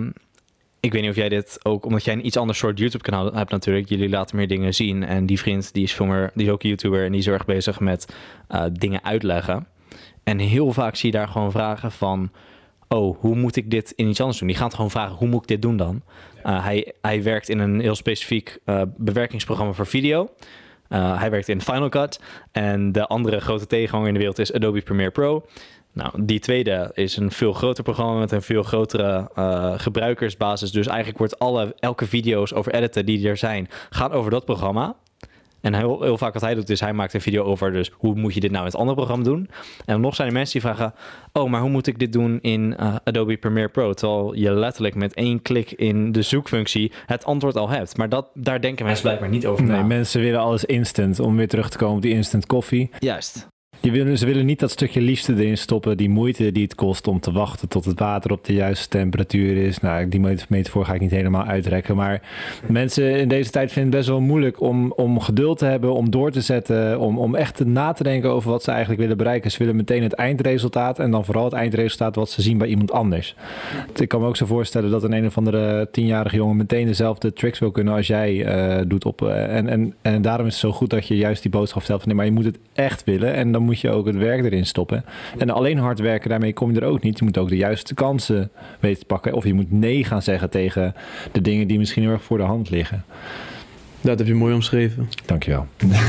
ik weet niet of jij dit ook... Omdat jij een iets ander soort YouTube-kanaal hebt natuurlijk. Jullie laten meer dingen zien. En die vriend, die is ook YouTuber. En die is erg bezig met dingen uitleggen. En heel vaak zie je daar gewoon vragen van... Oh, hoe moet ik dit in iets anders doen? Die gaan gewoon vragen, hoe moet ik dit doen dan? Hij werkt in een heel specifiek bewerkingsprogramma voor video. Hij werkt in Final Cut. En de andere grote tegenhanger in de wereld is Adobe Premiere Pro. Nou, die tweede is een veel groter programma met een veel grotere gebruikersbasis. Dus eigenlijk wordt elke video's over editen die er zijn, gaan over dat programma. En heel vaak wat hij doet is, hij maakt een video over dus hoe moet je dit nou met het andere programma doen. En dan nog zijn er mensen die vragen, oh, maar hoe moet ik dit doen in Adobe Premiere Pro? Terwijl je letterlijk met 1 klik in de zoekfunctie het antwoord al hebt. Maar daar denken mensen blijkbaar niet over na. Nee, mensen willen alles instant, om weer terug te komen op die instant koffie. Juist. Ze willen niet dat stukje liefde erin stoppen, die moeite die het kost om te wachten tot het water op de juiste temperatuur is. Nou, die metafoor ga ik niet helemaal uitrekken, maar mensen in deze tijd vinden het best wel moeilijk om geduld te hebben, om door te zetten, om echt na te denken over wat ze eigenlijk willen bereiken. Ze willen meteen het eindresultaat en dan vooral het eindresultaat wat ze zien bij iemand anders. Ik kan me ook zo voorstellen dat een of andere 10-jarige jongen meteen dezelfde tricks wil kunnen als jij doet op. En daarom is het zo goed dat je juist die boodschap stelt van nee, maar je moet het echt willen en dan moet je ook het werk erin stoppen. En alleen hard werken, daarmee kom je er ook niet. Je moet ook de juiste kansen weten te pakken. Of je moet nee gaan zeggen tegen de dingen die misschien heel erg voor de hand liggen. Dat heb je mooi omschreven. Dankjewel.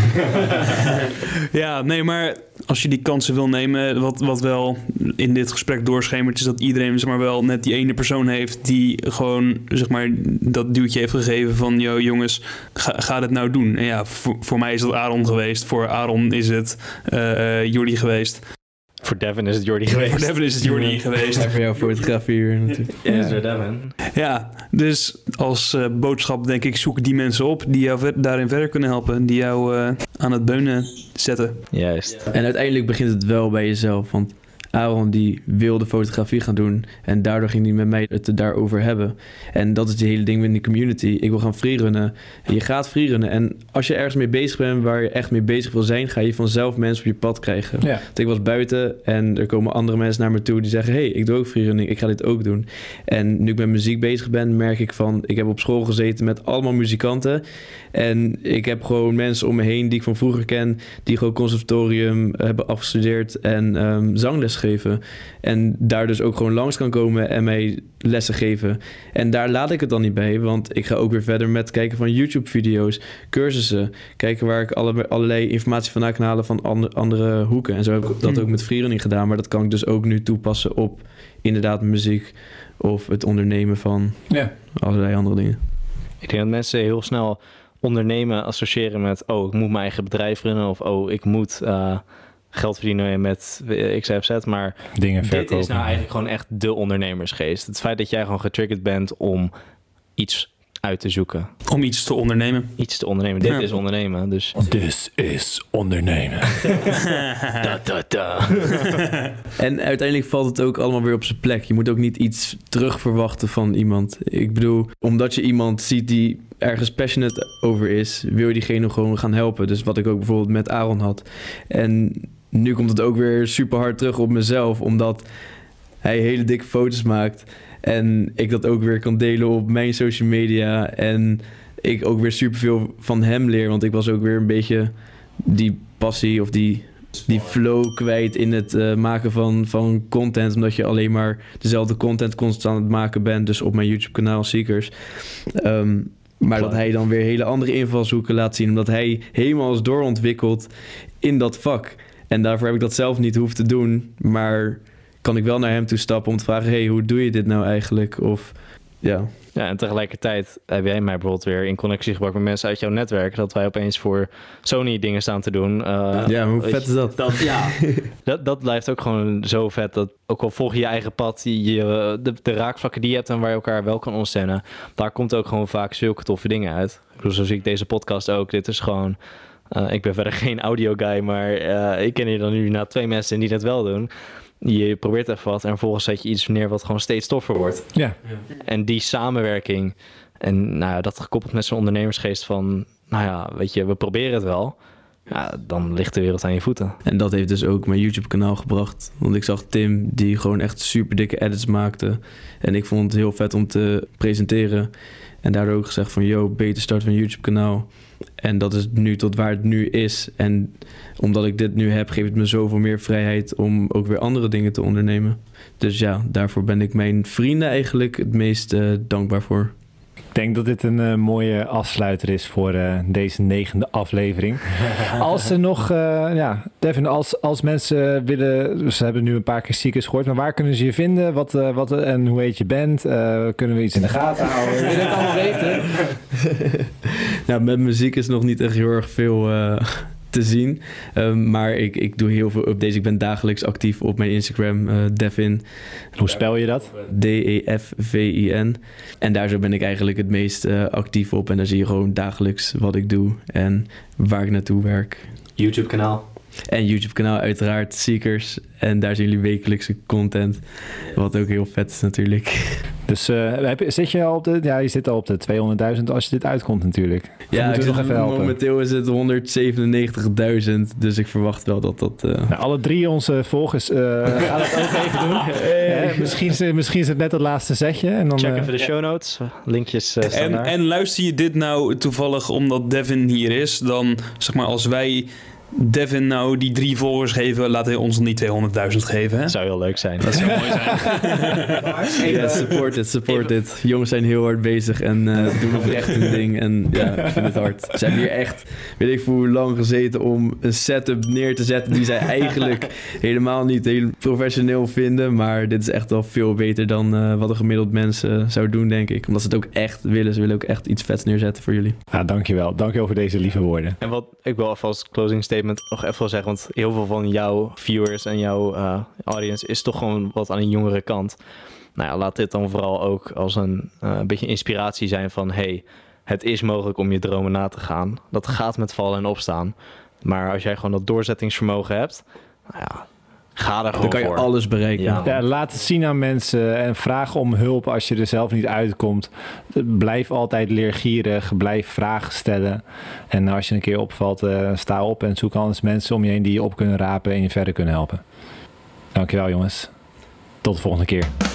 Ja, nee, maar als je die kansen wil nemen, wat wel in dit gesprek doorschemert, is dat iedereen zeg maar wel net die ene persoon heeft die gewoon zeg maar dat duwtje heeft gegeven van yo jongens, ga dit nou doen. En ja, voor mij is dat Aaron geweest. Voor Aaron is het Jordi geweest. Voor Devin is het Jordi geweest. Voor Devin is het Jordi geweest. En voor jouw fotografie natuurlijk. Ja, voor Devin. Ja, dus als boodschap denk ik, zoek die mensen op die jou daarin verder kunnen helpen. Die jou aan het beunen zetten. Juist. En uiteindelijk begint het wel bij jezelf. Want Aaron die wilde fotografie gaan doen. En daardoor ging hij met mij het daarover hebben. En dat is het hele ding met die community. Ik wil gaan freerunnen. En je gaat freerunnen. En als je ergens mee bezig bent waar je echt mee bezig wil zijn, ga je vanzelf mensen op je pad krijgen. Ja. Want ik was buiten en er komen andere mensen naar me toe die zeggen, hey, ik doe ook freerunning. Ik ga dit ook doen. En nu ik met muziek bezig ben, merk ik van, ik heb op school gezeten met allemaal muzikanten. En ik heb gewoon mensen om me heen die ik van vroeger ken, die gewoon conservatorium hebben afgestudeerd en zangles geven. En daar dus ook gewoon langs kan komen en mij lessen geven. En daar laat ik het dan niet bij, want ik ga ook weer verder met kijken van YouTube-video's, cursussen, kijken waar ik allerlei informatie vandaan kan halen van andere hoeken. En zo heb ik dat ook met freerunning gedaan, maar dat kan ik dus ook nu toepassen op inderdaad muziek of het ondernemen van allerlei andere dingen. Ik denk dat mensen heel snel ondernemen associëren met, oh, ik moet mijn eigen bedrijf runnen of oh, ik moet geld verdienen met X, Y of Z, maar Dingen dit verkopen. is nou eigenlijk gewoon echt de ondernemersgeest. Het feit dat jij gewoon getriggerd bent om iets uit te zoeken. Om iets te ondernemen. Iets te ondernemen. Dit Ja. is ondernemen, dus... This is ondernemen. En uiteindelijk valt het ook allemaal weer op zijn plek. Je moet ook niet iets terug verwachten van iemand. Ik bedoel, omdat je iemand ziet die ergens passionate over is, wil je diegene gewoon gaan helpen. Dus wat ik ook bijvoorbeeld met Aaron had. En nu komt het ook weer super hard terug op mezelf, omdat hij hele dikke foto's maakt. En ik dat ook weer kan delen op mijn social media. En ik ook weer superveel van hem leer. Want ik was ook weer een beetje die passie of die flow kwijt in het maken van content. Omdat je alleen maar dezelfde content constant aan het maken bent. Dus op mijn YouTube kanaal Seekers. Maar dat hij dan weer hele andere invalshoeken laat zien. Omdat hij helemaal is doorontwikkeld in dat vak. En daarvoor heb ik dat zelf niet hoeven te doen. Maar kan ik wel naar hem toe stappen om te vragen... hey, hoe doe je dit nou eigenlijk? Of ja... Ja, en tegelijkertijd heb jij mij bijvoorbeeld weer in connectie gebracht met mensen uit jouw netwerk. Dat wij opeens voor Sony dingen staan te doen. ja, hoe vet is dat? Dat blijft ook gewoon zo vet. Dat ook al volg je je eigen pad, de raakvlakken die je hebt en waar je elkaar wel kan ondersteunen. Daar komt ook gewoon vaak zulke toffe dingen uit. Ik bedoel, zo zie ik deze podcast ook. Dit is gewoon... ik ben verder geen audio guy, maar ik ken hier dan nu 2 mensen die dat wel doen. Je probeert even wat en vervolgens zet je iets neer wat gewoon steeds toffer wordt. Ja. En die samenwerking en nou ja, dat gekoppeld met zo'n ondernemersgeest van... nou ja, weet je, we proberen het wel. Ja, dan ligt de wereld aan je voeten. En dat heeft dus ook mijn YouTube kanaal gebracht. Want ik zag Tim die gewoon echt super dikke edits maakte. En ik vond het heel vet om te presenteren. En daardoor ook gezegd van, yo, beter start van YouTube kanaal. En dat is nu tot waar het nu is. En omdat ik dit nu heb, geeft het me zoveel meer vrijheid om ook weer andere dingen te ondernemen. Dus ja, daarvoor ben ik mijn vrienden eigenlijk het meest dankbaar voor. Ik denk dat dit een mooie afsluiter is voor deze 9e aflevering. Als er nog, Devin, als mensen willen... Ze hebben nu een paar keer Seekers gehoord, maar waar kunnen ze je vinden? Wat en hoe heet je bent? Kunnen we iets in de gaten houden? Wil je het allemaal weten? Nou, met muziek is nog niet echt heel erg veel te zien. Maar ik doe heel veel updates. Ik ben dagelijks actief op mijn Instagram, Devin. Hoe spel je dat? DEFVIN. En daar zo ben ik eigenlijk het meest actief op. En daar zie je gewoon dagelijks wat ik doe en waar ik naartoe werk. YouTube kanaal. En YouTube kanaal uiteraard, Seekers. En daar zien jullie wekelijkse content. Wat ook heel vet is natuurlijk. Dus zit je al op de... Ja, je zit al op de 200.000 als je dit uitkomt natuurlijk. Ja, nog even helpen. Momenteel is het 197.000. Dus ik verwacht wel dat dat... Nou, alle 3 onze volgers gaan het ook even doen. Misschien is het net het laatste setje. En dan, Check even de show notes. Linkjes staan daar. En luister je dit nou toevallig omdat Devin hier is, dan zeg maar als wij Devin nou die 3 volgers geven, laat hij ons dan die 200.000 geven. Hè? Dat zou heel leuk zijn. Dat zou mooi zijn. Ja, support it. Jongens zijn heel hard bezig en doen oprecht hun ding. En ja, ik vind het hard. Ze hebben hier echt, weet ik voor hoe lang gezeten om een setup neer te zetten die zij eigenlijk helemaal niet heel professioneel vinden. Maar dit is echt wel veel beter dan wat een gemiddeld mens zou doen, denk ik. Omdat ze het ook echt willen. Ze willen ook echt iets vets neerzetten voor jullie. Ja, dankjewel. Dankjewel voor deze lieve woorden. En wat ik wil even als closing statement nog even wil zeggen, want heel veel van jouw viewers en jouw audience is toch gewoon wat aan een jongere kant. Nou ja, laat dit dan vooral ook als een beetje inspiratie zijn van hey, het is mogelijk om je dromen na te gaan. Dat gaat met vallen en opstaan. Maar als jij gewoon dat doorzettingsvermogen hebt, nou ja, ga er gewoon Dan kan je voor. alles bereiken. Ja. Ja, laat het zien aan mensen en vraag om hulp als je er zelf niet uitkomt. Blijf altijd leergierig, blijf vragen stellen. En als je een keer opvalt, sta op en zoek anders mensen om je heen die je op kunnen rapen en je verder kunnen helpen. Dankjewel jongens. Tot de volgende keer.